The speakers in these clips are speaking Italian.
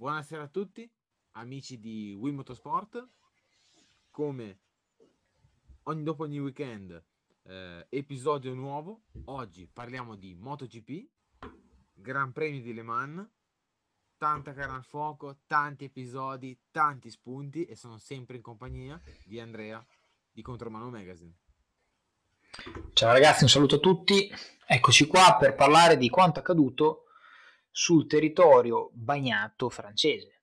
Buonasera a tutti, amici di Wii Motorsport. Come dopo ogni weekend, episodio nuovo. Oggi parliamo di MotoGP, Gran Premio di Le Mans, tanta carne al fuoco, tanti episodi, tanti spunti e sono sempre in compagnia di Andrea di Contromano Magazine. Ciao ragazzi, un saluto a tutti. Eccoci qua per parlare di quanto accaduto sul territorio bagnato francese.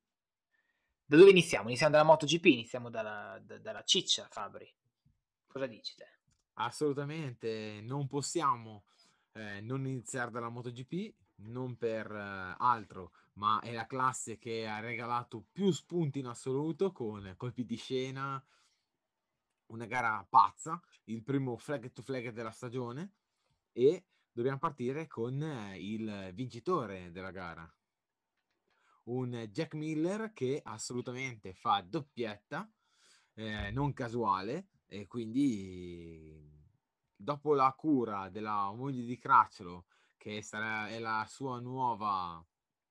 Da dove iniziamo? Iniziamo dalla MotoGP, iniziamo dalla ciccia, Fabri. Cosa dici te? Assolutamente, non possiamo non iniziare dalla MotoGP, non per altro, ma è la classe che ha regalato più spunti in assoluto con colpi di scena, una gara pazza, il primo flag to flag della stagione e dobbiamo partire con il vincitore della gara, un Jack Miller che assolutamente fa doppietta, non casuale, e quindi dopo la cura della moglie di Cracciolo, è la sua nuova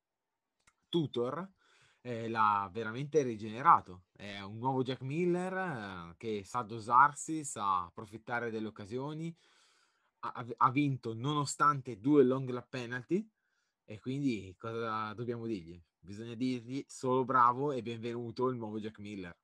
tutor, l'ha veramente rigenerato. È un nuovo Jack Miller che sa dosarsi, sa approfittare delle occasioni. Ha vinto nonostante due long lap penalty. E quindi cosa dobbiamo dirgli? Bisogna dirgli solo bravo e benvenuto il nuovo Jack Miller.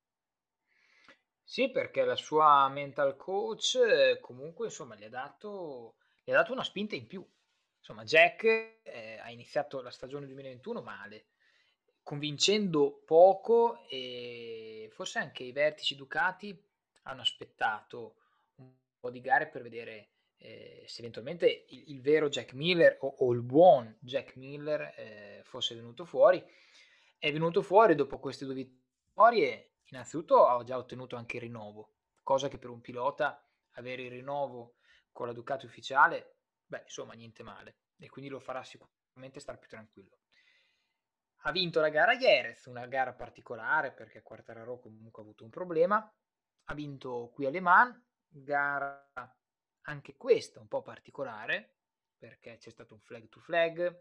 Sì, perché la sua mental coach comunque insomma gli ha dato una spinta in più. Insomma, Jack ha iniziato la stagione 2021 male, convincendo poco e forse anche i vertici Ducati hanno aspettato un po' di gare per vedere se eventualmente il vero Jack Miller o il buon Jack Miller fosse venuto fuori. È venuto fuori dopo queste due vittorie. Innanzitutto ha già ottenuto anche il rinnovo, cosa che per un pilota avere il rinnovo con la Ducati ufficiale, beh, insomma, niente male. E quindi lo farà sicuramente stare più tranquillo. Ha vinto la gara Jerez, una gara particolare perché Quartararo comunque ha avuto un problema. Ha vinto qui a Le Mans, gara anche questa un po' particolare perché c'è stato un flag to flag.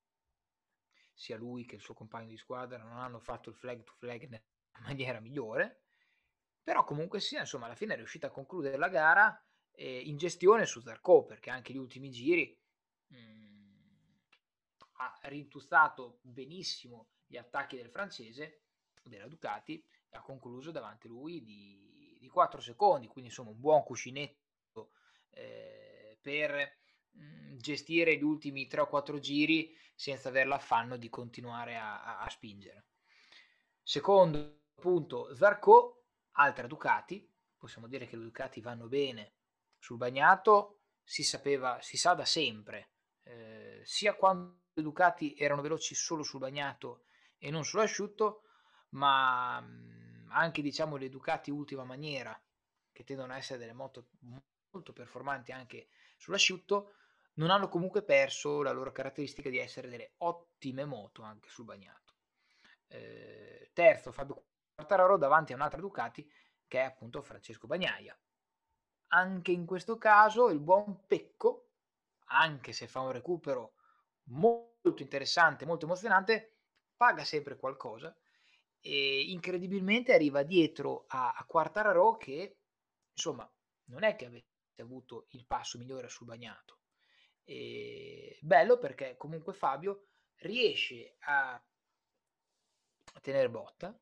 Sia lui che il suo compagno di squadra non hanno fatto il flag to flag nella maniera migliore. Però comunque sia, insomma, alla fine è riuscita a concludere la gara in gestione su Zarco perché anche gli ultimi giri ha rintuzzato benissimo gli attacchi del francese, della Ducati, e ha concluso davanti a lui di 4 secondi, quindi insomma un buon cuscinetto per gestire gli ultimi 3 o 4 giri senza aver l'affanno di continuare a spingere. Secondo punto Zarco, altra Ducati, possiamo dire che le Ducati vanno bene sul bagnato, si sa da sempre, sia quando le Ducati erano veloci solo sul bagnato e non sull'asciutto, ma anche diciamo le Ducati ultima maniera, che tendono a essere delle moto molto performanti anche sull'asciutto, non hanno comunque perso la loro caratteristica di essere delle ottime moto anche sul bagnato. Terzo Fabio Quartararo davanti a un'altra Ducati che è appunto Francesco Bagnaia. Anche in questo caso il buon Pecco, anche se fa un recupero molto interessante, molto emozionante, paga sempre qualcosa e incredibilmente arriva dietro a Quartararo che insomma non è che avesse avuto il passo migliore sul bagnato. E bello perché comunque Fabio riesce a tenere botta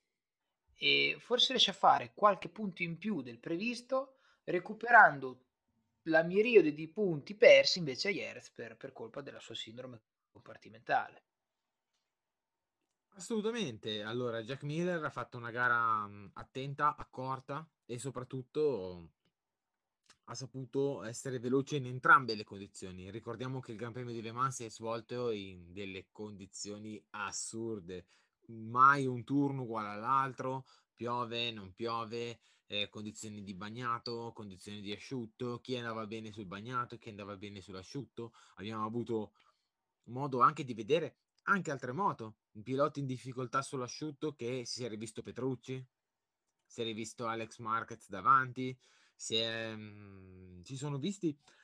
e forse riesce a fare qualche punto in più del previsto recuperando la miriade di punti persi invece a Jerez per colpa della sua sindrome compartimentale. Assolutamente. Allora, Jack Miller ha fatto una gara attenta, accorta e soprattutto ha saputo essere veloce in entrambe le condizioni. Ricordiamo che il Gran Premio di Le Mans si è svolto in delle condizioni assurde, mai un turno uguale all'altro, piove, non piove, condizioni di bagnato, condizioni di asciutto, chi andava bene sul bagnato, chi andava bene sull'asciutto. Abbiamo avuto modo anche di vedere anche altre moto, un pilota in difficoltà sull'asciutto che si è rivisto Petrucci, si è rivisto Alex Marquez davanti, ci sono visti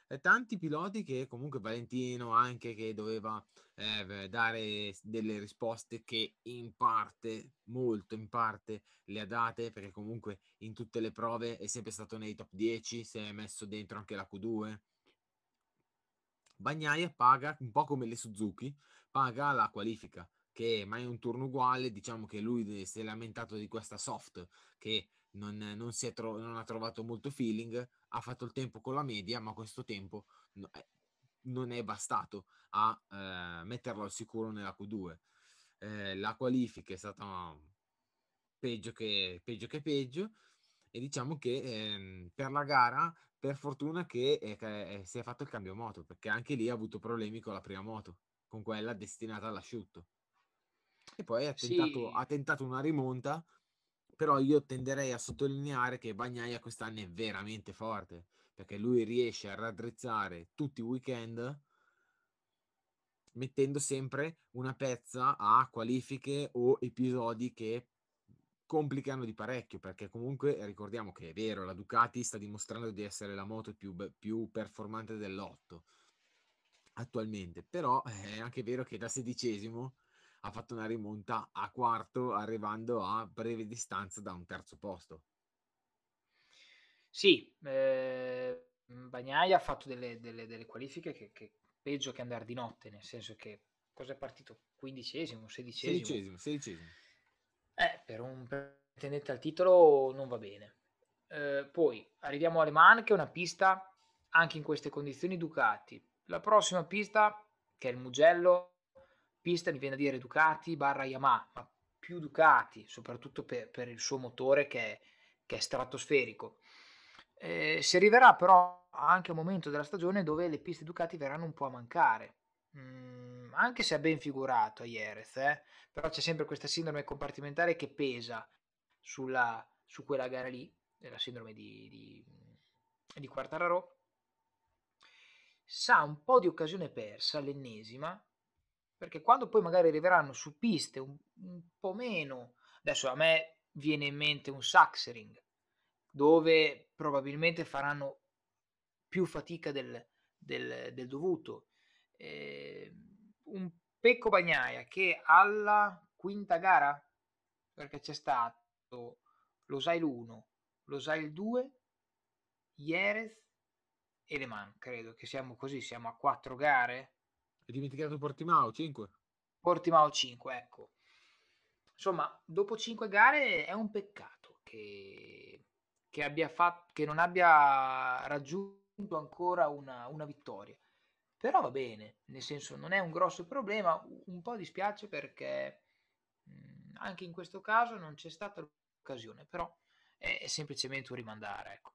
tanti piloti che comunque Valentino anche che doveva dare delle risposte che in parte, molto in parte, le ha date, perché comunque in tutte le prove è sempre stato nei top 10, si è messo dentro anche la Q2. Bagnaia paga un po' come le Suzuki, paga la qualifica, che mai un turno uguale. Diciamo che lui si è lamentato di questa soft che non ha trovato molto feeling, ha fatto il tempo con la media, ma questo tempo non è bastato a metterlo al sicuro nella Q2. La qualifica è stata peggio che peggio, e diciamo che per la gara, per fortuna che si è fatto il cambio moto, perché anche lì ha avuto problemi con la prima moto, con quella destinata all'asciutto. E poi Sì, ha tentato una rimonta, però io tenderei a sottolineare che Bagnaia quest'anno è veramente forte, perché lui riesce a raddrizzare tutti i weekend mettendo sempre una pezza a qualifiche o episodi che complicano di parecchio, perché comunque ricordiamo che è vero, la Ducati sta dimostrando di essere la moto più performante dell'otto attualmente, però è anche vero che da 16° ha fatto una rimonta a quarto, arrivando a breve distanza da un terzo posto. sì, Bagnaia ha fatto delle qualifiche che peggio che andare di notte, nel senso che cosa è partito? 15esimo, 16esimo? 16°. Per un pretendente al titolo non va bene. Poi arriviamo a Le Mans, che è una pista anche in queste condizioni Ducati. La prossima pista, che è il Mugello, pista mi viene a dire Ducati barra Yamaha, ma più Ducati, soprattutto per il suo motore che è stratosferico. Si arriverà però anche a un momento della stagione dove le piste Ducati verranno un po' a mancare. Anche se ha ben figurato a Jerez, però c'è sempre questa sindrome compartimentale che pesa su quella gara lì, la sindrome di Quartararo. Sa un po' di occasione persa, l'ennesima, perché quando poi magari arriveranno su piste un po' meno, adesso a me viene in mente un Sachsenring, dove probabilmente faranno più fatica del dovuto. Un Pecco Bagnaia che alla quinta gara, perché c'è stato lo Sail 1, lo Sail 2, Jerez e Le Mans, credo che siamo così, siamo a 4 gare. Hai dimenticato Portimao, 5. Portimao 5, ecco. Insomma, dopo 5 gare è un peccato che non abbia raggiunto ancora una vittoria. Però va bene, nel senso non è un grosso problema, un po' dispiace perché anche in questo caso non c'è stata l'occasione, però è semplicemente un rimandare, ecco.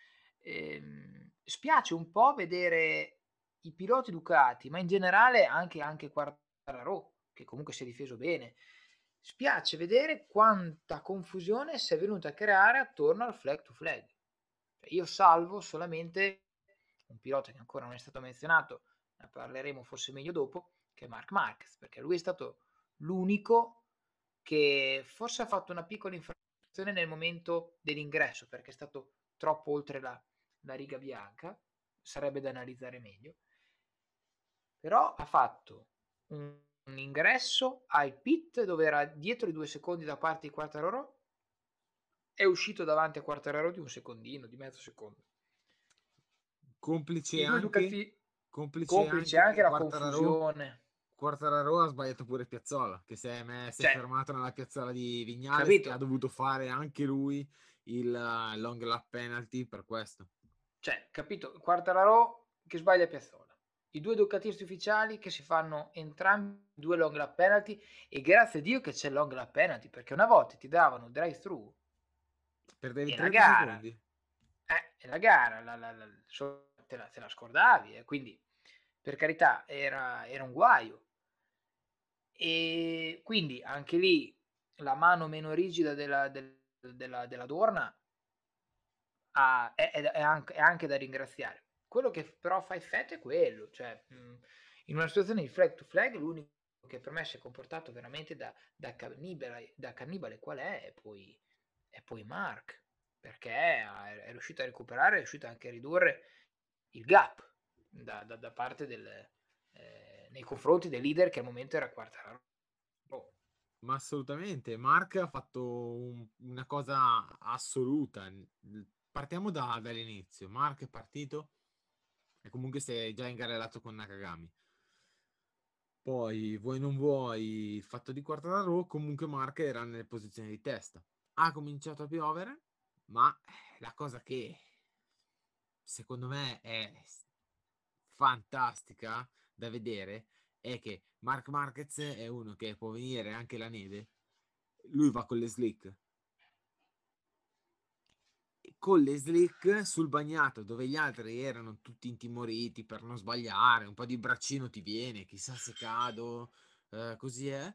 Spiace un po' vedere i piloti Ducati, ma in generale anche Quartararo, che comunque si è difeso bene. Spiace vedere quanta confusione si è venuta a creare attorno al flag to flag. Io salvo solamente un pilota che ancora non è stato menzionato, ne parleremo forse meglio dopo, che è Marc Marquez, perché lui è stato l'unico che forse ha fatto una piccola infrazione nel momento dell'ingresso, perché è stato troppo oltre la riga bianca, sarebbe da analizzare meglio, però ha fatto un ingresso al pit dove era dietro i 2 secondi da parte di Quartararo, è uscito davanti a Quartararo di un secondino, di mezzo secondo. Complice I due anche, Ducati, complice complice anche che anche la confusione, Quartararo ha sbagliato pure Piazzola, che si è cioè, fermato nella piazzola di Vignales e ha capito? dovuto fare anche lui il long lap penalty per questo. Cioè, capito? Quartararo che sbaglia Piazzola. I due ducatisti ufficiali che si fanno entrambi due long lap penalty e grazie a Dio che c'è il long lap penalty perché una volta ti davano drive through Perdevi e la 30 gara, secondi. e la gara te la scordavi, quindi per carità era un guaio. E quindi anche lì la mano meno rigida della Dorna è anche da ringraziare. Quello che però fa effetto è quello, cioè in una situazione di flag to flag l'unico che per me si è comportato veramente da cannibale qual è poi Mark, perché è riuscito a recuperare, è riuscito anche a ridurre il gap. da parte nei confronti del leader che al momento era Quartararo. Ma assolutamente, Mark ha fatto una cosa assoluta. Partiamo dall'inizio. Mark è partito e comunque si è già ingarellato con Nakagami. Poi, vuoi non vuoi, il fatto di Quartararo, comunque Mark era nelle posizioni di testa. Ha cominciato a piovere, ma la cosa che secondo me è fantastica da vedere è che Mark Marquez è uno che può venire anche la neve, lui va con le slick. Con le slick sul bagnato dove gli altri erano tutti intimoriti per non sbagliare, un po' di braccino ti viene, chissà se cado, così è.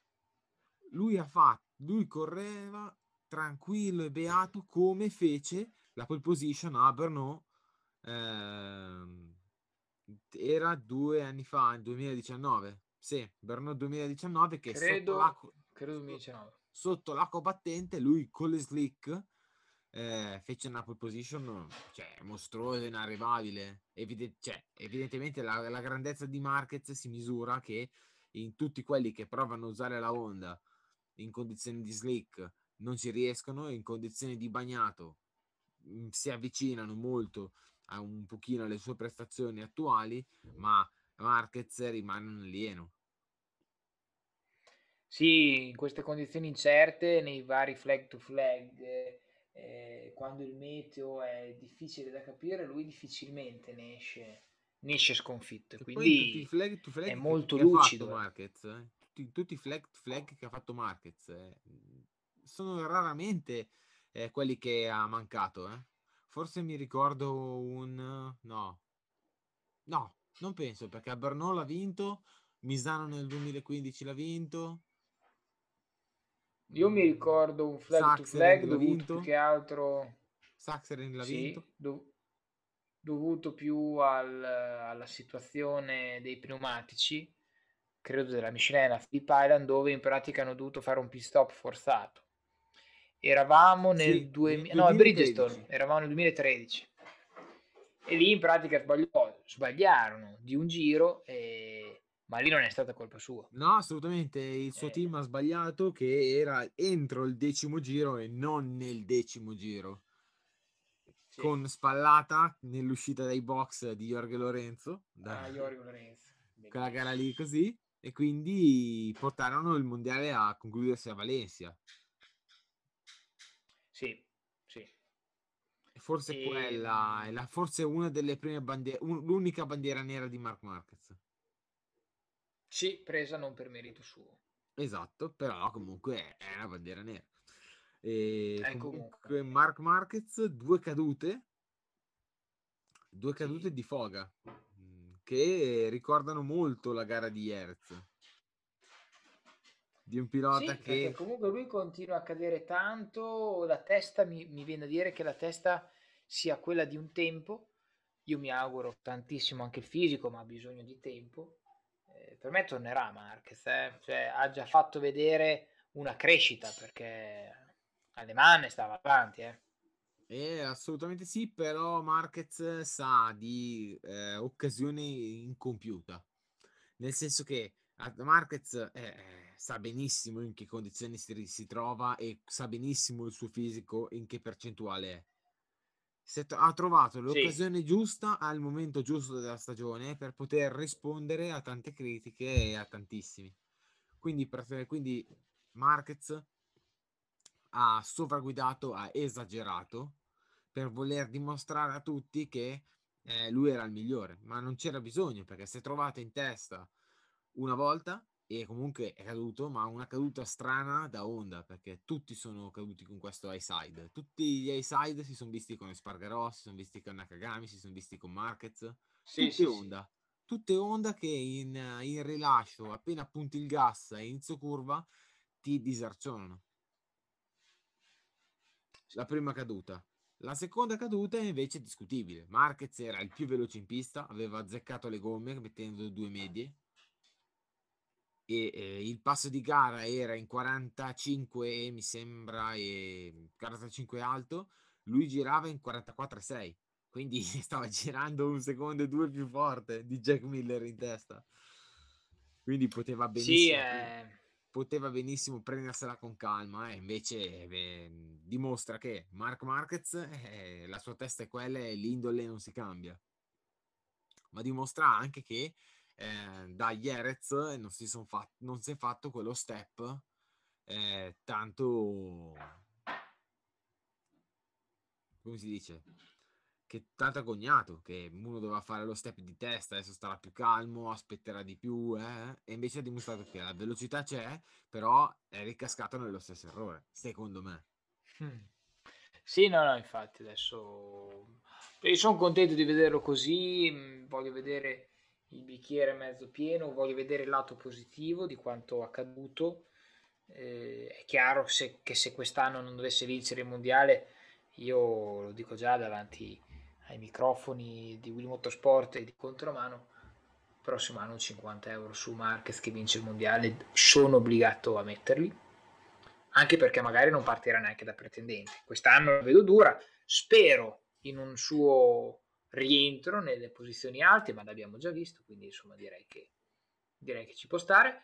Lui correva tranquillo e beato come fece la pole position a Brno, ehm, era 2 anni fa, nel 2019. Sì, Brno 2019 che Credo 2019. sotto l'acqua battente lui con le slick fece una pole position cioè, mostruosa, inarrivabile. Evidentemente la grandezza di Marquez si misura che in tutti quelli che provano a usare la Honda in condizioni di slick non ci riescono, in condizioni di bagnato si avvicinano molto a un pochino alle sue prestazioni attuali, ma Marquez rimane un alieno. Sì, in queste condizioni incerte, nei vari flag to flag, quando il meteo è difficile da capire, lui difficilmente ne esce sconfitto, e E poi in tutti i quindi flag to è flag molto che ha fatto lucido. Marquez, tutti i flag to flag che ha fatto Marquez, sono raramente quelli che ha mancato. Forse mi ricordo no, no, non penso perché a Brno l'ha vinto, Misano nel 2015 l'ha vinto, Io mi mm, ricordo un flag to Sachsenring flag l'ha dovuto più vinto, che altro, Sachsenring l'ha sì, vinto. dovuto più alla situazione dei pneumatici, credo della Michelin a Phillip Island, dove in pratica hanno dovuto fare un pit stop forzato. Eravamo Sì, nel nel 2000, no, a Bridgestone, 2013. eravamo nel 2013. E lì in pratica sbagliarono di un giro, ma lì non è stata colpa sua. No, assolutamente, il suo Eh, team ha sbagliato che era entro il 10° giro e non nel 10° giro. sì, Con spallata nell'uscita dai box di Jorge Lorenzo, a Jorge Lorenzo, quella gara bellissimo. lì così, e quindi portarono il mondiale a concludersi a Valencia. Sì, sì. E forse quella è Ehm, forse una delle prime bandiere, l'unica bandiera nera di Marc Marquez. sì, presa non per merito suo. Esatto, però comunque è Sì. una bandiera nera. E Comunque, comunque Marc Marquez, due cadute sì. di foga che ricordano molto la gara di Jerez, di un pilota Sì, perché che comunque lui continua a cadere tanto, la testa mi viene a dire che la testa sia quella di un tempo. Io mi auguro tantissimo anche il fisico, ma ha bisogno di tempo. Per me tornerà Marquez, cioè, ha già fatto vedere una crescita perché alle manne stava avanti. assolutamente sì, però Marquez sa di occasione incompiuta, nel senso che Marquez sa benissimo in che condizioni si trova e sa benissimo il suo fisico in che percentuale è. Ha trovato Sì, l'occasione giusta al momento giusto della stagione per poter rispondere a tante critiche e a tantissimi. Quindi Marquez ha sovraguidato, ha esagerato per voler dimostrare a tutti che lui era il migliore, ma non c'era bisogno perché si è trovato in testa una volta e comunque è caduto, ma una caduta strana da Honda perché tutti sono caduti con questo high side. Tutti gli high side si sono visti con Espargarò, si sono visti con Nakagami, si sono visti con Marquez, sì, tutte sì, sì. Honda. Tutte Honda che in rilascio, appena punti il gas a inizio curva, ti disarcionano. La prima caduta. La seconda caduta è invece discutibile. Marquez era il più veloce in pista, aveva azzeccato le gomme mettendo due medie e il passo di gara era in 45 mi sembra e 45 alto, lui girava in 44,6. quindi stava girando un secondo e due più forte di Jack Miller in testa, quindi Sì, poteva benissimo prendersela con calma, e invece dimostra che Marc Marquez, la sua testa è quella e l'indole non si cambia, ma dimostra anche che da Jerez non si è fatto quello step tanto, come si dice, che tanto agognato, che uno doveva fare lo step di testa, adesso starà più calmo, aspetterà di più, e invece ha dimostrato che la velocità c'è, però è ricascato nello stesso errore, secondo me. mm. Sì, no, no, infatti adesso io sono contento di vederlo così, voglio vedere il bicchiere mezzo pieno, voglio vedere il lato positivo di quanto accaduto. È chiaro che se quest'anno non dovesse vincere il mondiale, io lo dico già davanti ai microfoni di Will Motorsport e di Contromano, il prossimo anno 50 € su Marquez che vince il mondiale, sono obbligato a metterli, anche perché magari non partirà neanche da pretendente. Quest'anno la vedo dura, spero in un suo rientro nelle posizioni alte, ma l'abbiamo già visto, quindi insomma direi che ci può stare.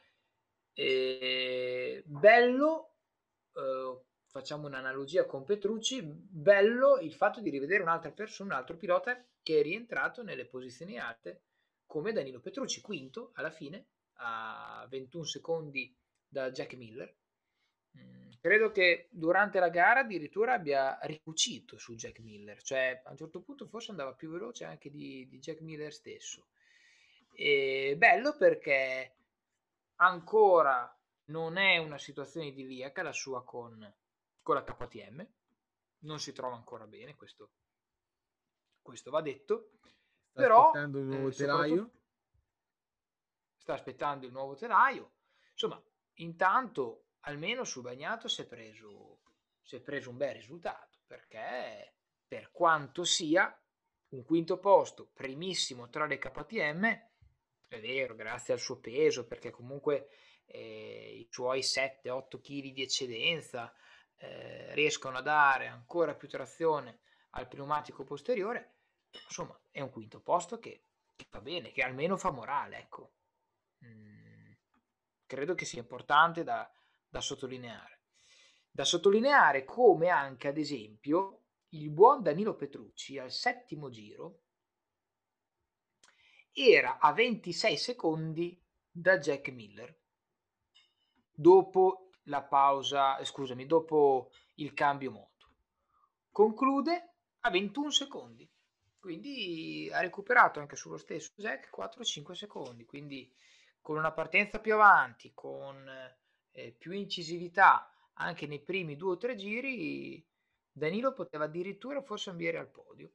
Bello, facciamo un'analogia con Petrucci, bello il fatto di rivedere un'altra persona, un altro pilota che è rientrato nelle posizioni alte come Danilo Petrucci, quinto alla fine, a 21 secondi da Jack Miller. Credo che durante la gara addirittura abbia ricucito su Jack Miller, cioè a un certo punto forse andava più veloce anche di Jack Miller stesso. E bello perché ancora non è una situazione idilliaca la sua con la KTM, non si trova ancora bene, questo va detto, Sta però aspettando un nuovo telaio. soprattutto sta aspettando il nuovo telaio. Insomma, intanto almeno sul bagnato si è preso un bel risultato, perché per quanto sia un quinto posto, primissimo tra le KTM, è vero, grazie al suo peso, perché comunque i suoi 7-8 kg di eccedenza riescono a dare ancora più trazione al pneumatico posteriore, insomma è un quinto posto che va bene, che almeno fa morale, ecco. Credo che sia importante da sottolineare. Da sottolineare come anche, ad esempio, il buon Danilo Petrucci al settimo giro era a 26 secondi da Jack Miller dopo la pausa, scusami, dopo il cambio moto. Conclude a 21 secondi, quindi ha recuperato anche sullo stesso Jack 4-5 secondi, quindi con una partenza più avanti, con più incisività anche nei primi 2 o 3 giri, Danilo poteva addirittura forse ambire al podio.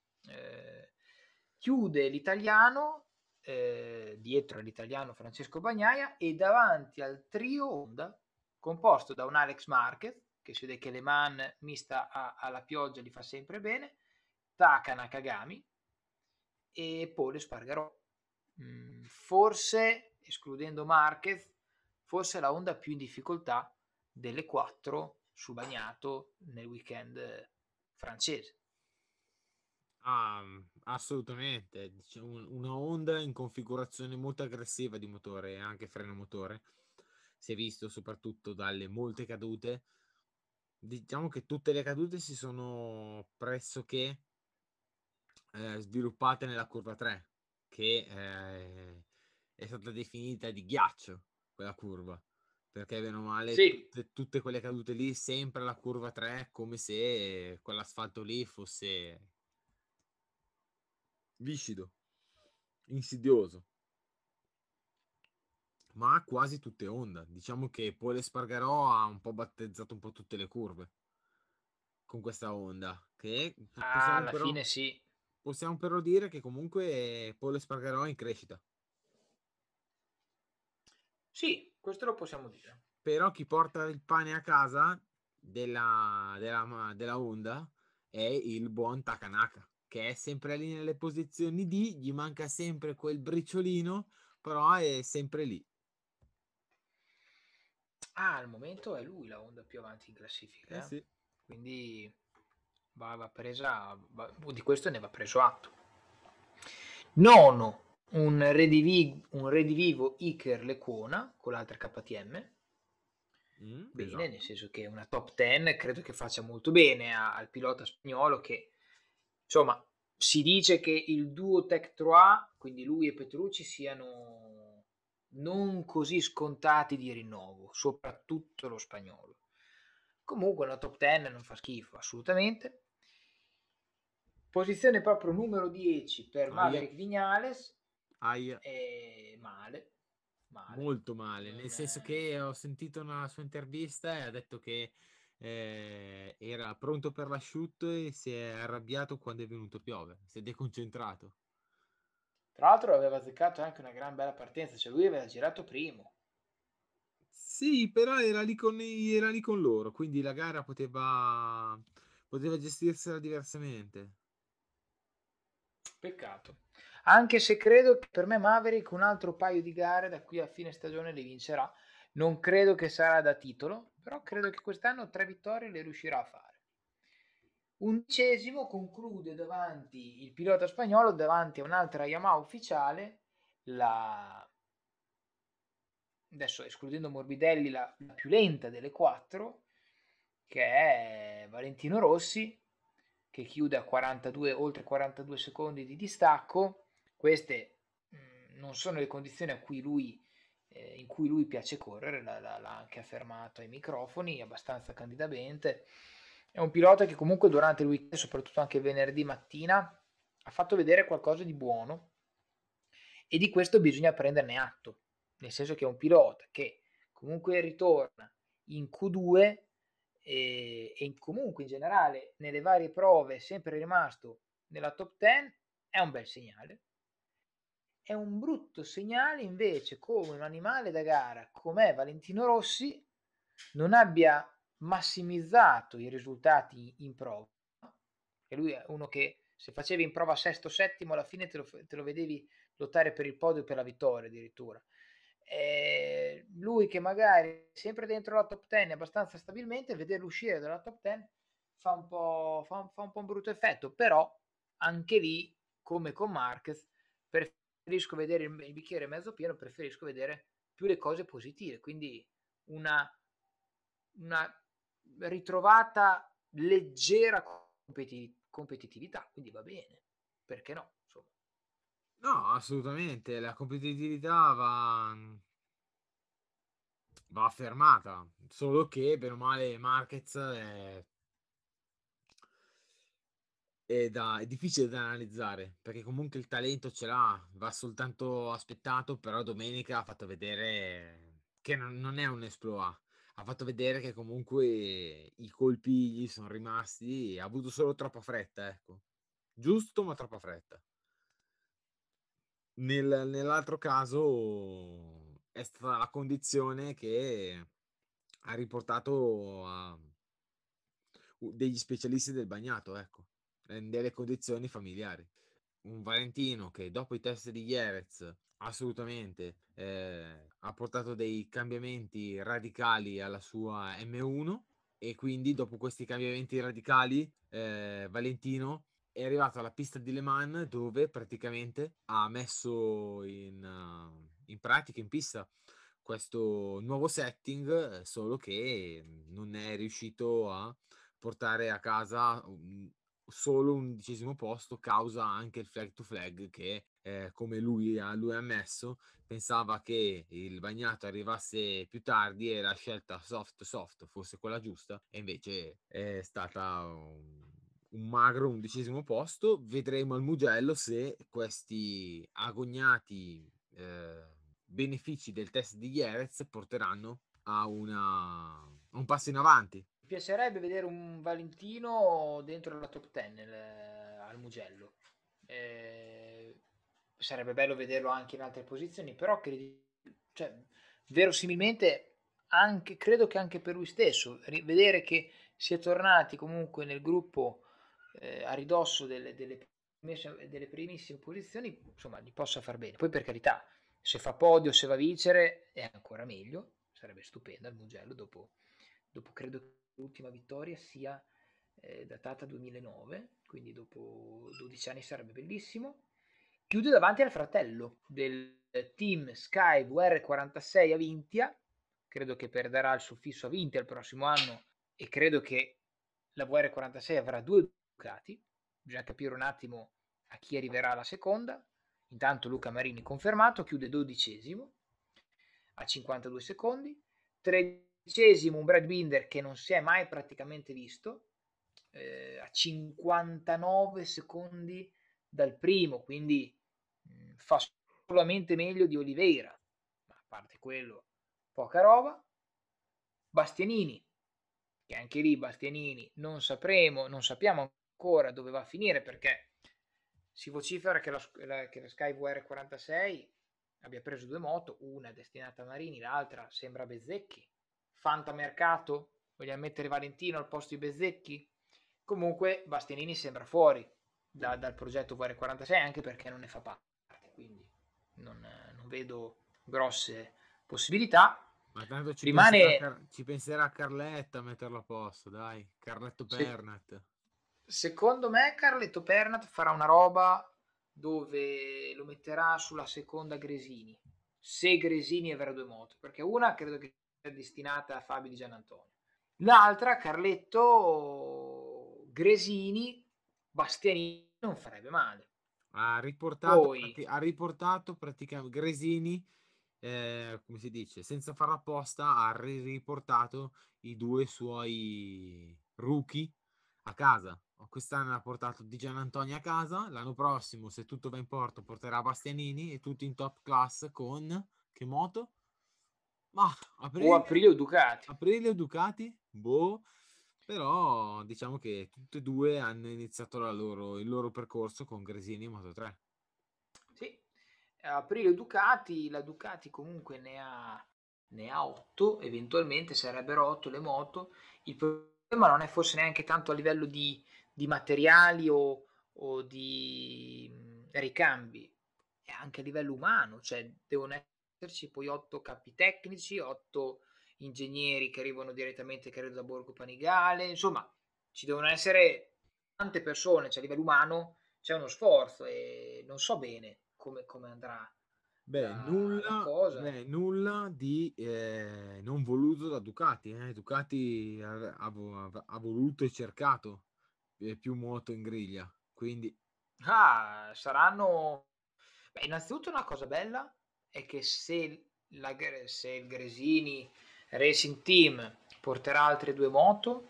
Chiude l'italiano dietro all'italiano Francesco Bagnaia e davanti al trio Honda composto da un Alex Marquez che si vede che Le Mans mista alla pioggia li fa sempre bene, Taka Nakagami e Pole Spargarò. Forse, escludendo Marquez, forse la Honda più in difficoltà delle 4 su bagnato nel weekend francese. Ah, assolutamente. Diciamo, una Honda in configurazione molto aggressiva di motore e anche freno motore. Si è visto soprattutto dalle molte cadute. Diciamo che tutte le cadute si sono pressoché sviluppate nella curva 3, che è stata definita di ghiaccio quella curva, perché bene o male Sì, tutte quelle cadute lì sempre la curva 3, come se quell'asfalto lì fosse viscido, insidioso, ma quasi tutte Honda. Diciamo che Pole Spargarò ha un po' battezzato un po' tutte le curve con questa Honda, che alla fine sì. possiamo però dire che comunque Pole Spargarò è in crescita. Sì, questo lo possiamo dire. Però chi porta il pane a casa della Honda è il buon Takanaka, che è sempre lì nelle posizioni D, gli manca sempre quel briciolino, però è sempre lì. Al momento è lui la Honda più avanti in Eh classifica, sì. quindi di questo ne va preso atto. Nono, un redivivo Iker Lecuona con l'altra KTM. Bene, esatto. nel senso che una top 10 credo che faccia molto bene al pilota spagnolo, che insomma si dice che il duo Tech 3, quindi lui e Petrucci, siano non così scontati di rinnovo, soprattutto lo spagnolo. Comunque una top 10 non fa schifo, assolutamente. Posizione proprio numero 10 per Maverick Viñales. Male. Molto male, nel senso che ho sentito una sua intervista e ha detto che era pronto per l'asciutto e si è arrabbiato quando è venuto piove, si è deconcentrato. Tra l'altro aveva azzeccato anche una gran bella partenza, cioè lui aveva girato primo. Sì, però era lì con loro, quindi la gara poteva gestirsela diversamente. Peccato. Anche se credo che per me Maverick un altro paio di gare da qui a fine stagione le vincerà. Non credo che sarà da titolo, però credo che quest'anno 3 vittorie le riuscirà a fare. 11° conclude davanti il pilota spagnolo, davanti a un'altra Yamaha ufficiale, adesso escludendo Morbidelli, la più lenta delle 4, che è Valentino Rossi, che chiude a 42, oltre 42 secondi di distacco. Queste non sono le condizioni in cui lui piace correre, l'ha anche affermato ai microfoni abbastanza candidamente. È un pilota che comunque durante il weekend, soprattutto anche venerdì mattina, ha fatto vedere qualcosa di buono, e di questo bisogna prenderne atto, nel senso che è un pilota che comunque ritorna in Q2 e comunque in generale nelle varie prove è sempre rimasto nella top 10. È un bel segnale. È un brutto segnale invece come un animale da gara com'è Valentino Rossi non abbia massimizzato i risultati in prova, e lui è uno che se facevi in prova sesto, settimo, alla fine te lo vedevi lottare per il podio e per la vittoria addirittura. Lui che magari è sempre dentro la top 10 abbastanza stabilmente, vederlo uscire dalla top 10 fa un po' un brutto effetto, però anche lì, come con Marquez, preferisco vedere il bicchiere mezzo pieno, preferisco vedere più le cose positive, quindi una ritrovata leggera competitività, quindi va bene, perché no? Insomma. No, assolutamente, la competitività va affermata, solo che bene o male Marquez è difficile da analizzare, perché comunque il talento ce l'ha, va soltanto aspettato, però domenica ha fatto vedere che non è un exploit, ha fatto vedere che comunque i colpi gli sono rimasti, ha avuto solo troppa fretta, ecco, giusto ma troppa fretta. Nell'altro caso è stata la condizione che ha riportato degli specialisti del bagnato, ecco, delle condizioni familiari. Un Valentino che dopo i test di Jerez assolutamente ha portato dei cambiamenti radicali alla sua M1 e quindi dopo questi cambiamenti radicali Valentino è arrivato alla pista di Le Mans dove praticamente ha messo in pratica, in pista, questo nuovo setting, solo che non è riuscito a portare a casa solo un 11° posto, causa anche il flag to flag che, come lui ha ammesso, pensava che il bagnato arrivasse più tardi e la scelta soft fosse quella giusta, e invece è stata un magro 11° posto. Vedremo al Mugello se questi agognati benefici del test di Jerez porteranno a un passo in avanti. Mi piacerebbe vedere un Valentino dentro la top 10 al Mugello. Sarebbe bello vederlo anche in altre posizioni, però cioè, verosimilmente credo che anche per lui stesso, vedere che si è tornati comunque nel gruppo a ridosso delle primissime posizioni, insomma, gli possa far bene. Poi per carità, se fa podio, se va a vincere, è ancora meglio, sarebbe stupendo al Mugello dopo credo che l'ultima vittoria sia datata 2009, quindi dopo 12 anni sarebbe bellissimo. Chiude davanti al fratello del team Sky VR46 a Vintia, credo che perderà il suffisso a Vintia il prossimo anno e credo che la VR46 avrà 2 Ducati, bisogna capire un attimo a chi arriverà la seconda. Intanto Luca Marini confermato, chiude 12esimo a 52 secondi, 13esimo un Brad Binder che non si è mai praticamente visto, a 59 secondi dal primo, quindi fa solamente meglio di Oliveira, ma a parte quello, poca roba. Bastianini, che anche lì Bastianini non sappiamo ancora dove va a finire, perché si vocifera che la Sky VR46 abbia preso 2 moto, una è destinata a Marini, l'altra sembra Bezzecchi. Fantamercato? Vogliamo mettere Valentino al posto di Bezzecchi? Comunque Bastianini sembra fuori dal progetto VR46, anche perché non ne fa parte, quindi non vedo grosse possibilità. Ma tanto Rimane, ci penserà Carletta a metterlo a posto, dai. Carletto se- Pernet. secondo me, Carletto Pernat farà una roba dove lo metterà sulla seconda Gresini, se Gresini avrà 2 moto, perché una credo che sia destinata a Fabio Di Giannantonio, l'altra Carletto Gresini, Bastianini non farebbe male. Poi Ha riportato praticamente Gresini, come si dice, senza farlo apposta, ha riportato i due suoi rookie a casa. Quest'anno ha portato Di Giannantonio a casa, l'anno prossimo, se tutto va in porto, porterà Bastianini e tutti in top class con che moto? Ma o Aprilia? Aprilia o Ducati. Aprilia o Ducati? Boh, però diciamo che tutte e due hanno iniziato il loro percorso con Gresini in Moto 3. Sì, Aprilia o Ducati, la Ducati comunque ne ha 8, eventualmente sarebbero 8 le moto. Il problema non è forse neanche tanto a livello di materiali o di ricambi, è anche a livello umano, cioè devono esserci poi 8 capi tecnici, 8 ingegneri che arrivano direttamente, credo, da Borgo Panigale, insomma, ci devono essere tante persone, cioè a livello umano c'è uno sforzo e non so bene come andrà la cosa. Nulla di non voluto da Ducati. Ducati ha voluto e cercato più moto in griglia. Quindi, Saranno. Beh, innanzitutto una cosa bella è che se il Gresini Racing Team porterà altre 2 moto,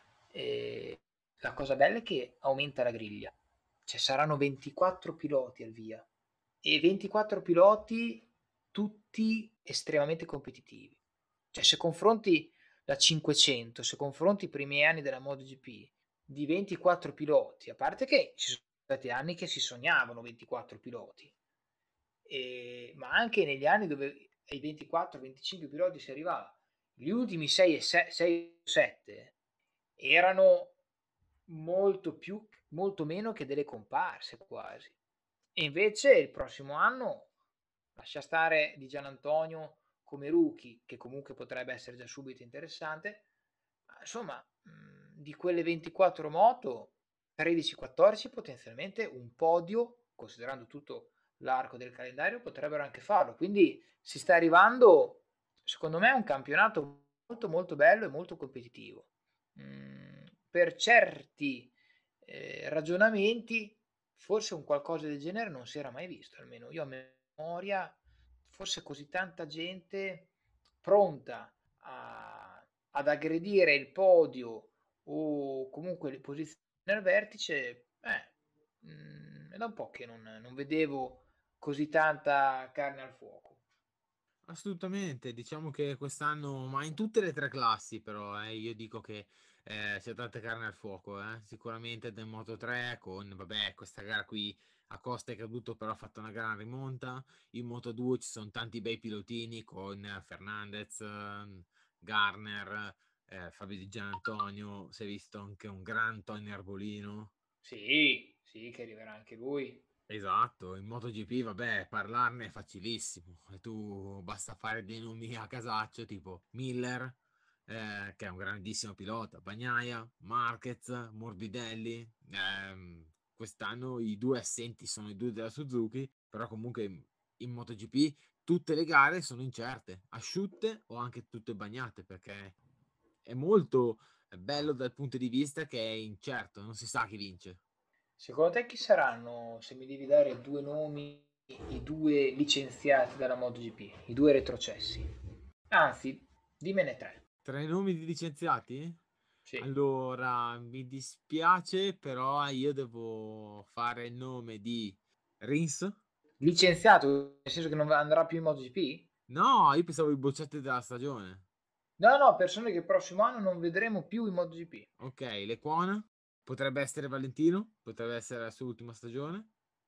la cosa bella è che aumenta la griglia. Cioè saranno 24 piloti al via e 24 piloti tutti estremamente competitivi. Cioè se confronti la 500, se confronti i primi anni della MotoGP di 24 piloti, a parte che ci sono stati anni che si sognavano 24 piloti, ma anche negli anni dove ai 24-25 piloti si arrivava, gli ultimi 6 e 7 erano molto meno che delle comparse quasi. E invece il prossimo anno lascia stare Di Giannantonio come rookie, che comunque potrebbe essere già subito interessante, ma insomma, di quelle 24 moto, 13-14 potenzialmente un podio, considerando tutto l'arco del calendario, potrebbero anche farlo. Quindi si sta arrivando, secondo me, a un campionato molto molto bello e molto competitivo. Per certi ragionamenti, forse un qualcosa del genere non si era mai visto, almeno io a memoria, forse così tanta gente pronta ad aggredire il podio o comunque le posizioni al vertice, è da un po' che non vedevo così tanta carne al fuoco. assolutamente. Diciamo che quest'anno, ma in tutte le tre classi, però, io dico che c'è tanta carne al fuoco. Sicuramente del Moto 3 con, vabbè, questa gara qui a Costa è caduto, però ha fatto una gran rimonta. In Moto 2 ci sono tanti bei pilotini con Fernandez, Garner, Fabio Di Giannantonio. Si è visto anche un gran Tony Arbolino. Sì, sì, che arriverà anche lui. Esatto, in MotoGP, vabbè, parlarne è facilissimo. E tu basta fare dei nomi a casaccio, tipo Miller, che è un grandissimo pilota, Bagnaia, Marquez, Morbidelli. Quest'anno i due assenti sono i due della Suzuki, però comunque in MotoGP tutte le gare sono incerte, asciutte o anche tutte bagnate, perché è molto bello dal punto di vista che è incerto, non si sa chi vince. Secondo te chi saranno, se mi devi dare due nomi, i due licenziati dalla MotoGP, i due retrocessi? Anzi, dimmene tre. Tra i nomi di licenziati? Sì. Allora, mi dispiace, però io devo fare il nome di Rins. Licenziato, nel senso che non andrà più in MotoGP? No, io pensavo i bocciati della stagione. No, no, persone che il prossimo anno non vedremo più in MotoGP. Ok, Lequona. Potrebbe essere Valentino, potrebbe essere la sua ultima stagione.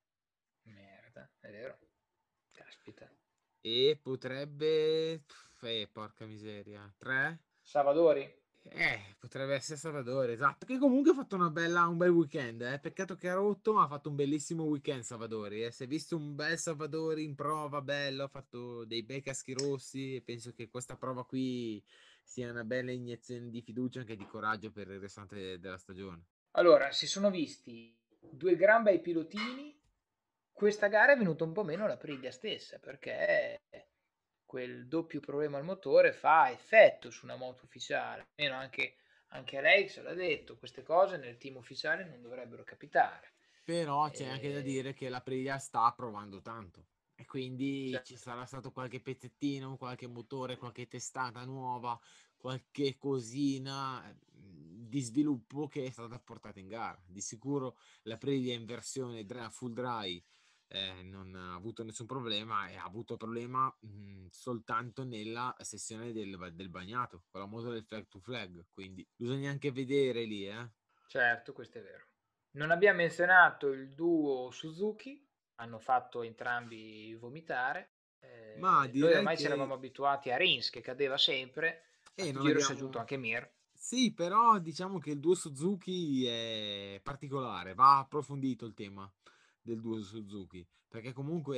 Merda, è vero. Caspita. E potrebbe... porca miseria. 3? Salvadori? Potrebbe essere Salvatore, esatto. Che comunque ha fatto un bel weekend. Peccato che ha rotto, ma ha fatto un bellissimo weekend Salvadori. Si è visto un bel Salvadori in prova, bello. Ha fatto dei bei caschi rossi. E penso che questa prova qui sia una bella iniezione di fiducia e anche di coraggio per il restante della stagione. Allora, si sono visti due gran bei pilotini. Questa gara è venuta un po' meno la Priglia stessa perché quel doppio problema al motore fa effetto su una moto ufficiale. Almeno anche a lei se l'ha detto, queste cose nel team ufficiale non dovrebbero capitare. Però c'è anche da E... dire che la Aprilia sta provando tanto. E quindi ci Certo. sarà stato qualche pezzettino, qualche motore, qualche testata nuova, qualche cosina di sviluppo che è stata portata in gara. Di sicuro la Aprilia in versione full dry non ha avuto nessun problema e ha avuto problema soltanto nella sessione del bagnato con la moto del flag to flag. Quindi bisogna anche vedere lì, eh. Certo, questo è vero. Non abbiamo menzionato il duo Suzuki, hanno fatto entrambi vomitare. Ma Noi direi ormai ci che eravamo abituati a Rins che cadeva sempre, a sto non giro si è aggiunto abbiamo. anche Mir. Sì, però diciamo che il duo Suzuki è particolare, va approfondito il tema del duo Suzuki, perché comunque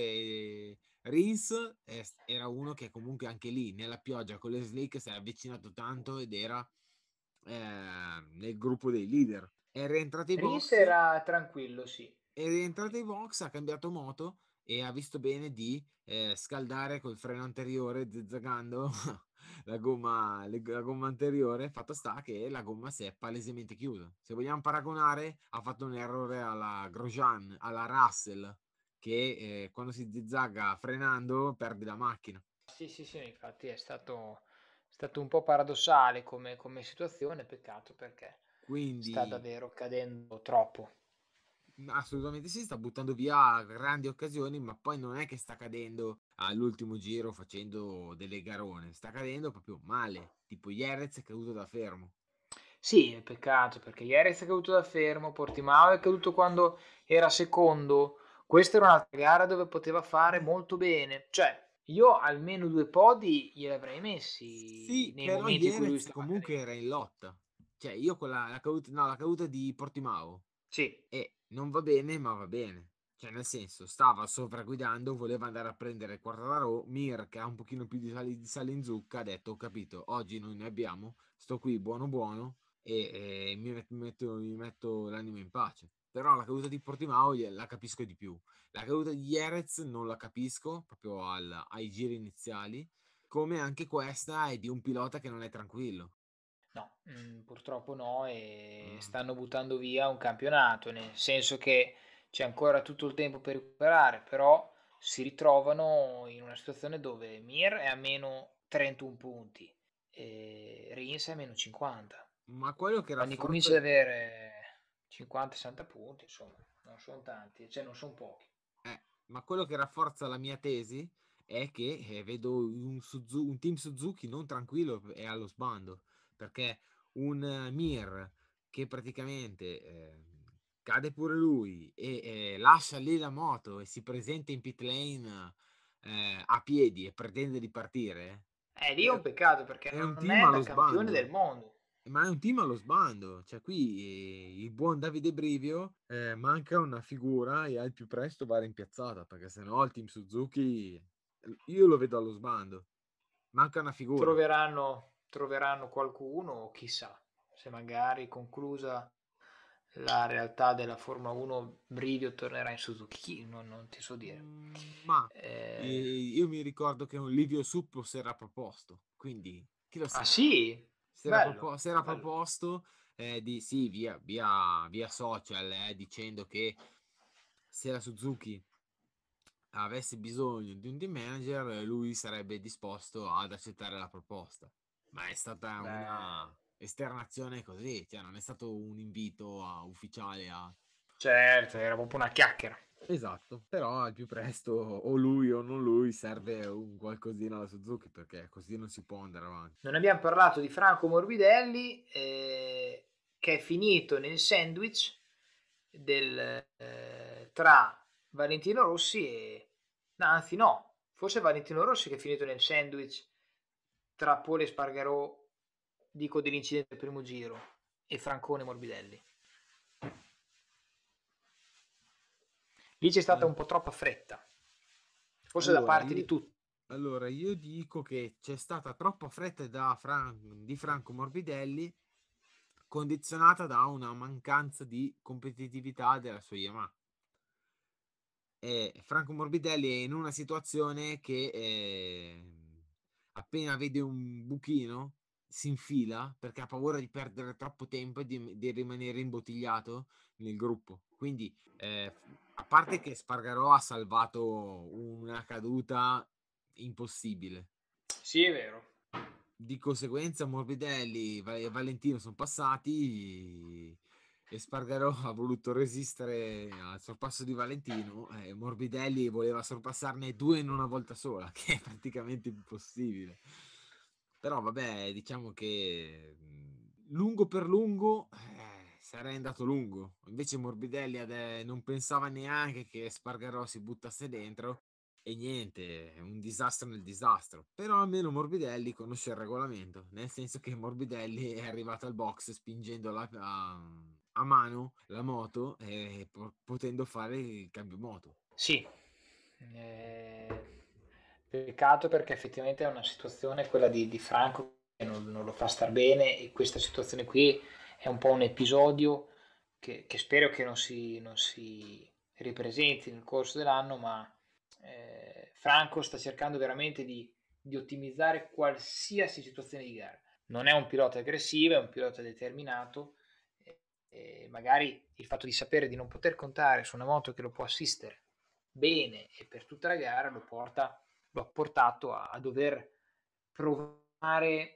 Rins era uno che comunque anche lì nella pioggia con le slick si è avvicinato tanto ed era nel gruppo dei leader. È rientrato ai Rins box, era tranquillo, sì. ha cambiato moto e ha visto bene di scaldare col freno anteriore zigzagando la gomma anteriore. Fatto sta che la gomma si è palesemente chiusa. Se vogliamo paragonare, ha fatto un errore alla Grosjean, alla Russell, che quando si zigzaga frenando perde la macchina. Sì, sì, sì, infatti è stato un po' paradossale come situazione, peccato perché sta Quindi davvero cadendo troppo. assolutamente sì, sta buttando via grandi occasioni, ma poi non è che sta cadendo all'ultimo giro facendo delle garone, sta cadendo proprio male, tipo Jerez è caduto da fermo. Sì, è peccato perché Jerez è caduto da fermo, Portimao è caduto quando era secondo. Questa era un'altra gara dove poteva fare molto bene. Cioè, io almeno due podi glieli avrei messi Sì, nei però momenti in cui lui Jerez stava comunque era cadendo. in lotta. Cioè, io con la caduta, no, la caduta di Portimao Sì, e non va bene, ma va bene. Cioè, nel senso, stava sovraguidando, voleva andare a prendere Quartararo, Mir, che ha un pochino più di sale in zucca, ha detto, ho capito, oggi non ne abbiamo, sto qui buono buono e mi metto l'anima in pace. Però la caduta di Portimao la capisco di più. La caduta di Jerez non la capisco, proprio ai giri iniziali, come anche questa è di un pilota che non è tranquillo. no, purtroppo no e Mm. stanno buttando via un campionato, nel senso che c'è ancora tutto il tempo per recuperare, però si ritrovano in una situazione dove Mir è a meno 31 punti e Rins è a meno 50. Ma quello che Quando rafforza, cominci ad avere 50-60 punti, insomma, non sono tanti, cioè non sono pochi. ma quello che rafforza la mia tesi è che vedo un team Suzuki non tranquillo e allo sbando, perché un Mir che praticamente cade pure lui e lascia lì la moto e si presenta in pit lane a piedi e pretende di partire, Lì è è, un peccato perché è un non team è allo da campione del sbando. mondo. Ma è un team allo sbando, cioè qui il buon Davide Brivio manca una figura e al più presto va rimpiazzata, perché sennò il team Suzuki io lo vedo allo sbando, manca una figura. Troveranno, troveranno qualcuno, chissà, se magari conclusa la realtà della Formula 1 Brivio tornerà in Suzuki, non ti so dire. Ma Eh, io mi ricordo che un Livio Suppo si era proposto, quindi chi lo ah sa, sì? Bello, si era bello. proposto di sì, via social, dicendo che se la Suzuki avesse bisogno di un team manager, lui sarebbe disposto ad accettare la proposta. Ma è stata Eh, una esternazione così, cioè non è stato un invito ufficiale a... certo, era proprio una chiacchiera. Esatto, però al più presto o lui o non lui serve un qualcosina alla Suzuki perché così non si può andare avanti. Non abbiamo parlato di Franco Morbidelli, che è finito nel sandwich tra Valentino Rossi e... No, anzi no, forse è Valentino Rossi che è finito nel sandwich tra Pole Espargarò, dico dell'incidente del primo giro, e Francone Morbidelli. Lì c'è stata Eh, un po' troppa fretta, forse da allora, parte di io, tutti. allora, io dico che c'è stata troppa fretta di Franco Morbidelli condizionata da una mancanza di competitività della sua Yamaha. E Franco Morbidelli è in una situazione che appena vede un buchino si infila perché ha paura di perdere troppo tempo e di rimanere imbottigliato nel gruppo. Quindi, a parte che Spargarò ha salvato una caduta impossibile, Sì, è vero. di conseguenza Morbidelli e Valentino sono passati e Spargarò ha voluto resistere al sorpasso di Valentino e Morbidelli voleva sorpassarne due in una volta sola, che è praticamente impossibile. Però vabbè, diciamo che lungo per lungo sarei andato lungo. Invece Morbidelli non pensava neanche che Spargarò si buttasse dentro e niente, è un disastro nel disastro. Però almeno Morbidelli conosce il regolamento, nel senso che Morbidelli è arrivato al box spingendo a mano la moto e potendo fare il cambio moto. Sì, peccato perché effettivamente è una situazione, quella di Franco, che non lo fa star bene e questa situazione qui è un po' un episodio che spero che non si ripresenti nel corso dell'anno, ma Franco sta cercando veramente di ottimizzare qualsiasi situazione di gara. Non è un pilota aggressivo, è un pilota determinato e magari il fatto di sapere di non poter contare su una moto che lo può assistere bene e per tutta la gara lo ha portato a dover provare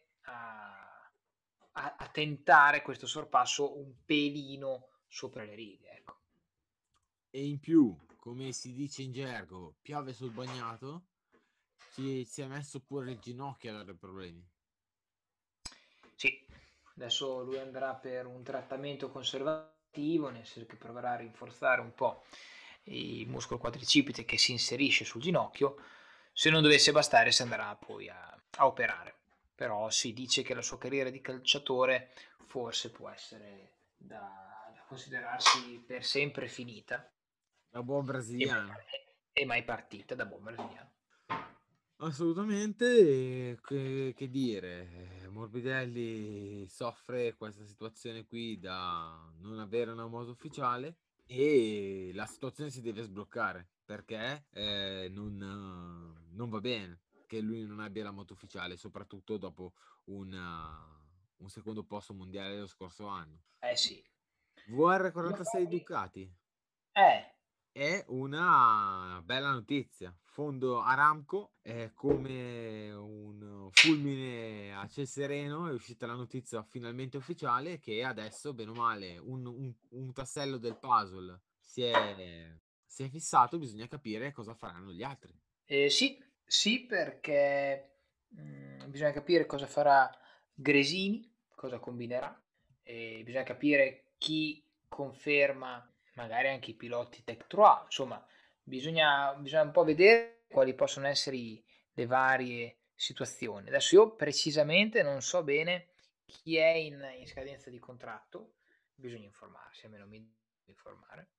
a tentare questo sorpasso un pelino sopra le righe. Ecco. E in più, come si dice in gergo, piove sul bagnato, si è messo pure il ginocchio a dare problemi. Sì, adesso lui andrà per un trattamento conservativo, nel senso che proverà a rinforzare un po' il muscolo quadricipite che si inserisce sul ginocchio. Se non dovesse bastare, si andrà poi a operare. Però si dice che la sua carriera di calciatore forse può essere da considerarsi per sempre finita Da buon e mai, brasiliano. e mai partita da buon brasiliano. Assolutamente, e che dire, Morbidelli soffre questa situazione qui da non avere una moto ufficiale e la situazione si deve sbloccare perché non va bene che lui non abbia la moto ufficiale, soprattutto dopo un secondo posto mondiale lo scorso anno. Eh sì. Io VR46 infatti, Ducati. eh, È una bella notizia. Fondo Aramco è come un fulmine a ciel sereno. È uscita la notizia finalmente ufficiale che adesso, bene o male, un tassello del puzzle si è fissato. Bisogna capire cosa faranno gli altri. Sì, sì, perché bisogna capire cosa farà Gresini, cosa combinerà, e bisogna capire chi conferma magari anche i piloti Tech 3, insomma, bisogna un po' vedere quali possono essere le varie situazioni. Adesso io precisamente non so bene chi è in scadenza di contratto, bisogna informarsi, almeno mi devo informare.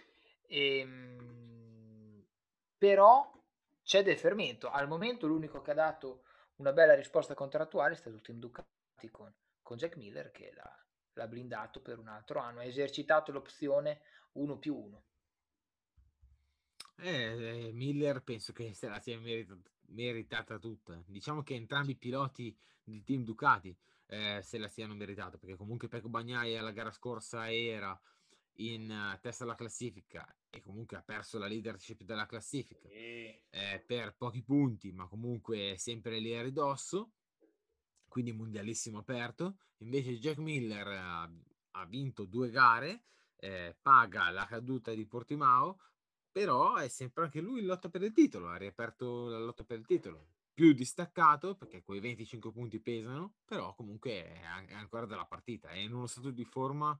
Però c'è del fermento. Al momento l'unico che ha dato una bella risposta contrattuale è stato il Team Ducati. con Jack Miller, che l'ha blindato per un altro anno, ha esercitato l'opzione 1+1. Miller penso che se la sia meritata tutta. Diciamo che entrambi i piloti del team Ducati se la siano meritata, perché comunque Pecco Bagnaia alla gara scorsa era in testa alla classifica e comunque ha perso la leadership della classifica per pochi punti, ma comunque sempre lì a ridosso, quindi mondialissimo aperto. Invece Jack Miller ha vinto 2 gare, paga la caduta di Portimao, però è sempre anche lui in lotta per il titolo, ha riaperto la lotta per il titolo. Più distaccato perché quei 25 punti pesano, però comunque è ancora della partita, è in uno stato di forma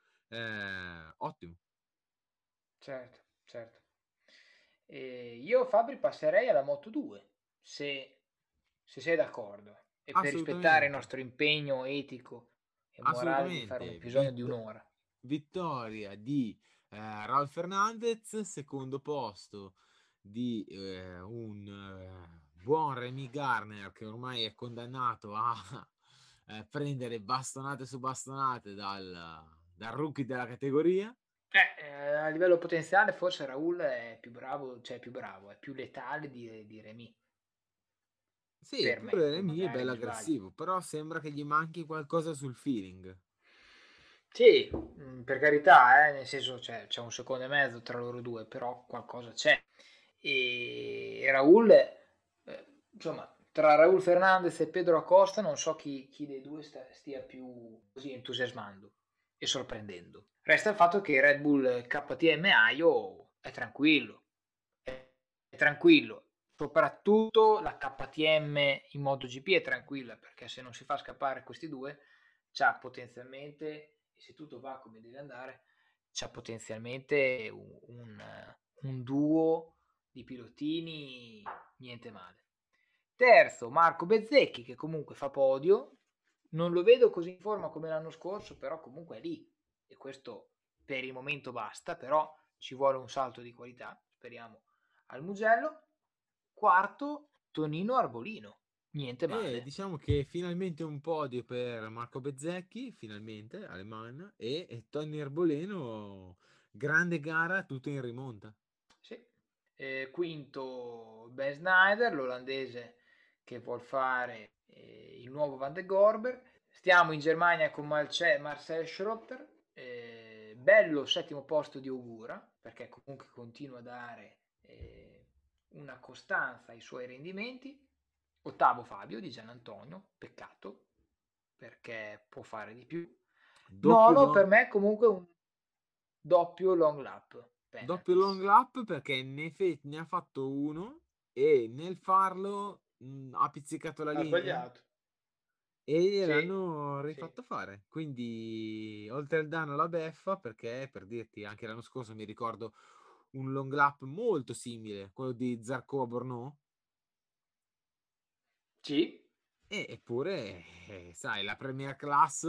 ottimo. Certo, certo. Io Fabri passerei alla Moto 2, se sei d'accordo, e per rispettare il Assolutamente, nostro impegno etico e morale di fare un assolutamente. episodio di un'ora. Vittoria di Raul Fernandez, secondo posto di un buon Remy Garner che ormai è condannato a prendere bastonate su bastonate dal rookie della categoria. A livello potenziale forse Raul è più bravo, cioè più bravo, è più letale di Remy, Sì, per me, eppure poi Remy è magari bello mi sbaglio. aggressivo, però sembra che gli manchi qualcosa sul feeling. Sì, per carità, nel senso c'è un secondo e mezzo tra loro due, però qualcosa c'è. E Raul, insomma, tra Raul Fernandez e Pedro Acosta non so chi dei due stia più così entusiasmando e sorprendendo. Resta il fatto che il Red Bull KTM Aio è tranquillo, è tranquillo. Soprattutto la KTM in MotoGP è tranquilla, perché se non si fa scappare questi due, c'ha potenzialmente, e se tutto va come deve andare, c'ha potenzialmente un duo di pilotini niente male. Terzo, Marco Bezzecchi, che comunque fa podio. Non lo vedo così in forma come l'anno scorso, però comunque è lì. E questo per il momento basta, però ci vuole un salto di qualità, speriamo, al Mugello. Quarto, Tonino Arbolino. Niente E male. diciamo che finalmente un podio per Marco Bezzecchi, finalmente, Alemannia, e Tony Arboleno, grande gara, tutto in rimonta. Sì. Quinto, Ben Snyder, l'olandese che vuol fare il nuovo Van de Gorber. Stiamo in Germania con Marcel Schrotter. Bello settimo posto di Ogura, perché comunque continua a dare una costanza ai suoi rendimenti. Ottavo Fabio di Gian Antonio, peccato, perché può fare di più. Doppio, Nono per long, me comunque un doppio long lap doppio long penalties. lap perché ne ha fatto uno e nel farlo ha pizzicato la Ha linea sbagliato. e Sì, gliel'hanno sì. rifatto fare. Quindi, oltre al danno, la beffa, perché per dirti, anche l'anno scorso mi ricordo un long lap molto simile, quello di Zarco a Bornò. Sì, Eppure, sai, la Premier Class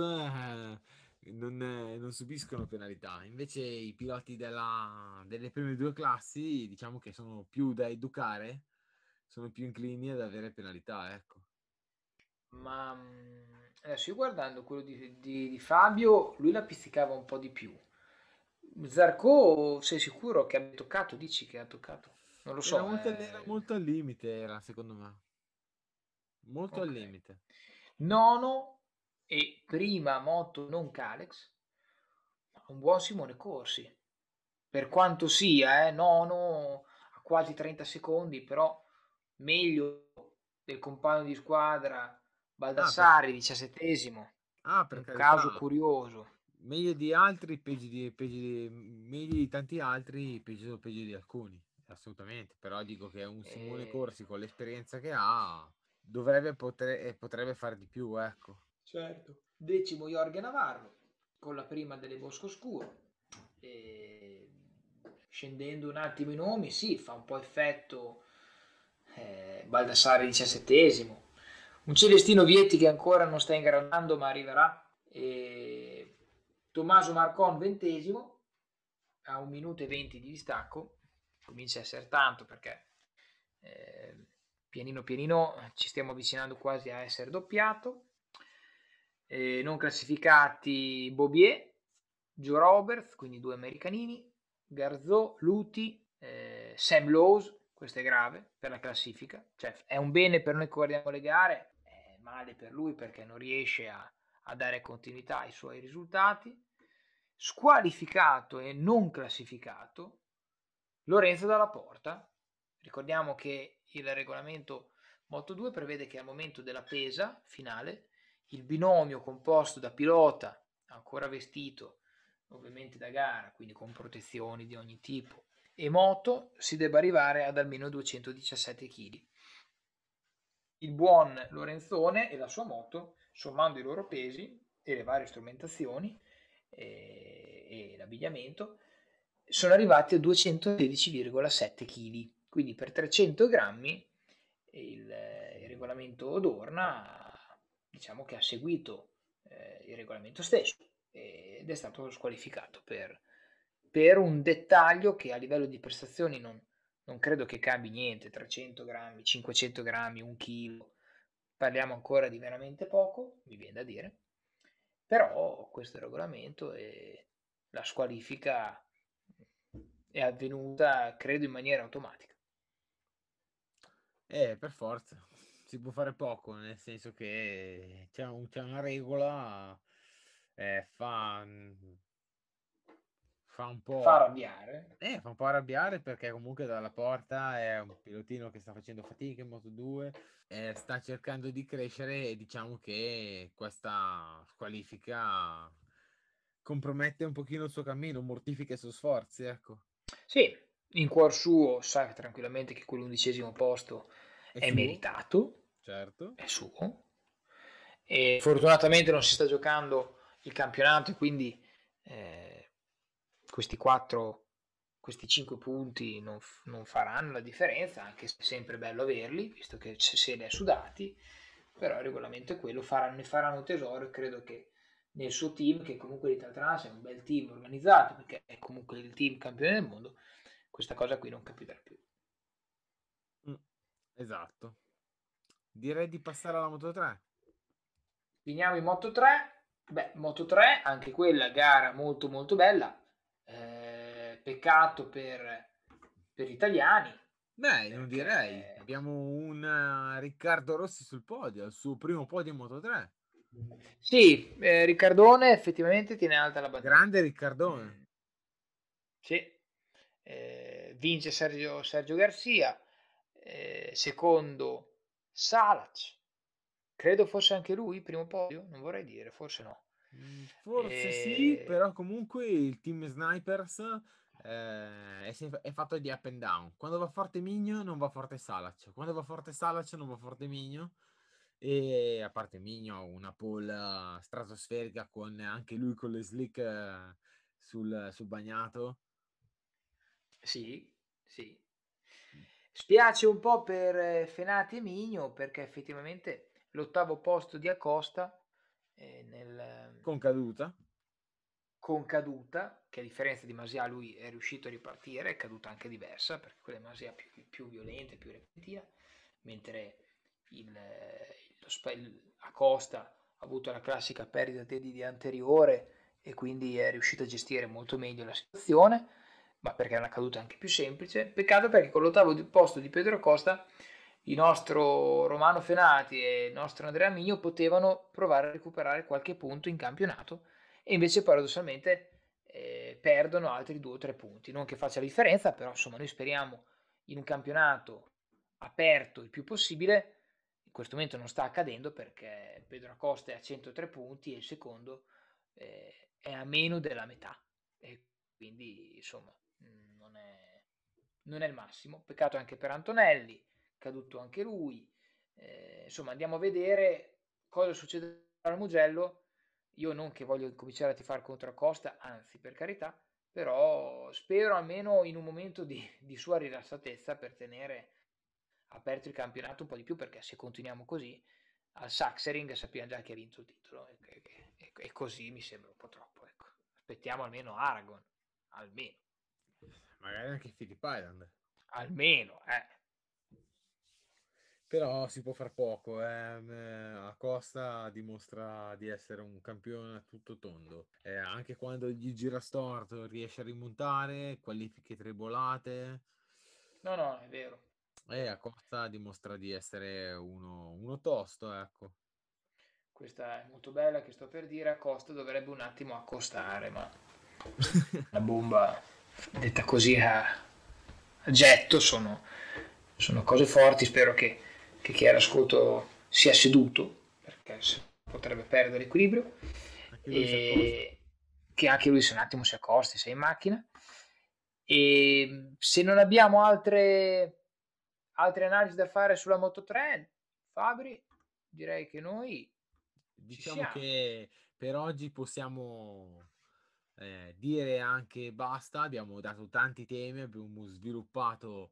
non subiscono penalità. Invece i piloti delle prime due classi, diciamo che sono più da educare, sono più inclini ad avere penalità, ecco. ma adesso io guardando quello di Fabio, lui la pizzicava un po' di più. Zarco, sei sicuro che abbia toccato? Dici che ha toccato? Non lo so. Era molto al limite, era secondo me. Molto al Ok. limite. Nono e prima moto non Calex, un buon Simone Corsi. Per quanto sia, nono a quasi 30 secondi, però meglio del compagno di squadra Ah, Baldassari, 17esimo. per Un caso carità, curioso. meglio di altri, meglio di tanti altri, peggio di alcuni, assolutamente. Però dico che un Simone E... Corsi con l'esperienza che ha potrebbe fare di più, ecco. Certo. Decimo Jorge Navarro con la prima delle Boscoscuro. E... Scendendo un attimo i nomi, sì, fa un po' effetto Baldassari 17esimo. Un Celestino Vietti che ancora non sta ingranando ma arriverà. E... Tommaso Marcon 20esimo a 1 minuto e 20 di distacco. Comincia a essere tanto perché pianino pianino ci stiamo avvicinando quasi a essere doppiato. Non classificati Bobier, Joe Roberts, quindi 2 americanini, Garzò, Luti, Sam Lowe's, questo è grave per la classifica, cioè è un bene per noi che guardiamo le gare, è male per lui perché non riesce a dare continuità ai suoi risultati. Squalificato e non classificato Lorenzo Dalla Porta. Ricordiamo che il regolamento Moto2 prevede che al momento della pesa finale il binomio composto da pilota ancora vestito ovviamente da gara, quindi con protezioni di ogni tipo, e moto si debba arrivare ad almeno 217 kg. Il buon Lorenzone e la sua moto, sommando i loro pesi e le varie strumentazioni e l'abbigliamento, sono arrivati a 216,7 kg. Quindi per 300 grammi il regolamento Dorna diciamo che ha seguito il regolamento stesso ed è stato squalificato per un dettaglio che a livello di prestazioni non credo che cambi niente, 300 grammi, 500 grammi, un chilo, parliamo ancora di veramente poco, mi viene da dire, però questo regolamento e la squalifica è avvenuta, credo, in maniera automatica. Per forza, si può fare poco, nel senso che c'è una regola, fa, fa un Fa po'... arrabbiare. Fa un po' arrabbiare perché comunque Dalla Porta è un pilotino che sta facendo fatica in Moto2, sta cercando di crescere e diciamo che questa squalifica compromette un pochino il suo cammino, mortifica i suoi sforzi, ecco. Sì, in cuor suo sa tranquillamente che quell'11° posto È è suo, meritato, certo. è suo, e fortunatamente non si sta giocando il campionato e quindi eh, questi 5 punti non faranno la differenza, anche se è sempre bello averli, visto che se li è sudati, però il regolamento è quello, ne faranno tesoro e credo che nel suo team, che comunque l'Ital Trans è un bel team organizzato, perché è comunque il team campione del mondo, questa cosa qui non capiterà più. Mm, esatto. Direi di passare alla Moto 3. Finiamo in Moto 3. Beh, Moto 3, anche quella gara molto molto bella. Peccato per gli italiani, Beh, non direi. perché Abbiamo un Riccardo Rossi sul podio, il suo primo podio in Moto 3. sì, Riccardone effettivamente tiene alta la bandiera. Grande Riccardone. Mm, sì, vince Sergio Garcia, secondo Salac, credo fosse anche lui primo podio, non vorrei dire, forse no. Forse sì, Eh, però comunque il team Snipers è fatto di up and down. Quando va forte Migno non va forte Salac. Quando va forte Salac non va forte Migno. E a parte Migno, una pole stratosferica con anche lui con le slick sul bagnato. Sì, sì. Spiace un po' per Fenati e Migno perché effettivamente l'ottavo posto di Acosta Con caduta. con caduta, che a differenza di Masia lui è riuscito a ripartire, è caduta anche diversa perché quella di Masia più violenta, più repentina, mentre Acosta ha avuto la classica perdita di anteriore e quindi è riuscito a gestire molto meglio la situazione, ma perché è una caduta anche più semplice. Peccato perché con l'ottavo posto di Pedro Acosta il nostro Romano Fenati e il nostro Andrea Migno potevano provare a recuperare qualche punto in campionato e invece paradossalmente perdono altri 2 o 3 punti. Non che faccia la differenza, però insomma noi speriamo in un campionato aperto il più possibile. In questo momento non sta accadendo perché Pedro Acosta è a 103 punti e il secondo è a meno della metà e quindi insomma non è il massimo. Peccato anche per Antonelli, caduto anche lui. Insomma andiamo a vedere cosa succede al Mugello. Io non che voglio cominciare a tifare contro Acosta, anzi per carità, però spero almeno in un momento di sua rilassatezza per tenere aperto il campionato un po' di più, perché se continuiamo così al Sachsenring sappiamo già chi ha vinto il titolo e così mi sembra un po' troppo. Ecco. Aspettiamo almeno Aragon, almeno, Magari anche Phillip Island. almeno. però si può far poco. Acosta dimostra di essere un campione a tutto tondo. Anche quando gli gira storto riesce a rimontare, qualifiche tribolate. No, no, è vero. Acosta dimostra di essere uno tosto, ecco. Questa è molto bella che sto per dire. Acosta dovrebbe un attimo accostare, ma la bomba detta così a getto sono cose forti. Spero che chi è all'ascolto sia seduto, perché potrebbe perdere equilibrio, Anche lui si accosta. e che anche lui se un attimo si accosti, sei in macchina. E se non abbiamo altre analisi da fare sulla Moto 3, Fabri, direi che noi ci Diciamo siamo. che per oggi possiamo dire anche basta. Abbiamo dato tanti temi, abbiamo sviluppato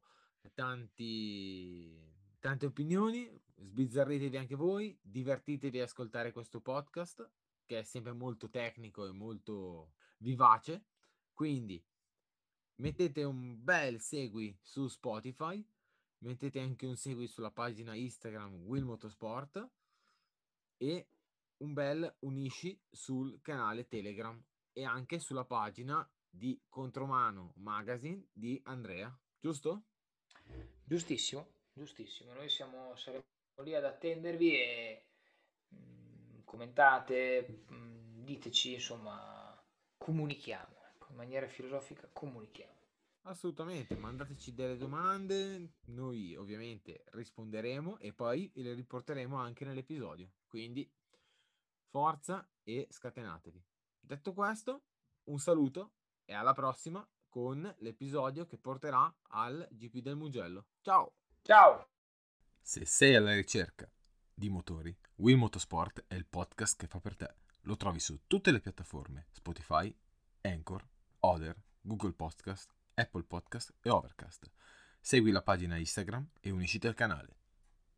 tante opinioni. Sbizzarritevi anche voi, divertitevi a ascoltare questo podcast che è sempre molto tecnico e molto vivace. Quindi mettete un bel segui su Spotify, mettete anche un segui sulla pagina Instagram Will Motorsport e un bel unisci sul canale Telegram e anche sulla pagina di Contromano Magazine di Andrea, giusto? Giustissimo, giustissimo. Noi saremo lì ad attendervi e commentate, diteci, insomma, comunichiamo, ecco, in maniera filosofica comunichiamo. Assolutamente, mandateci delle domande, noi ovviamente risponderemo e poi le riporteremo anche nell'episodio. Quindi forza e scatenatevi. Detto questo, un saluto e alla prossima con l'episodio che porterà al GP del Mugello. Ciao! Ciao! Se sei alla ricerca di motori, Will Motorsport è il podcast che fa per te. Lo trovi su tutte le piattaforme: Spotify, Anchor, Other, Google Podcast, Apple Podcast e Overcast. Segui la pagina Instagram e unisciti al canale.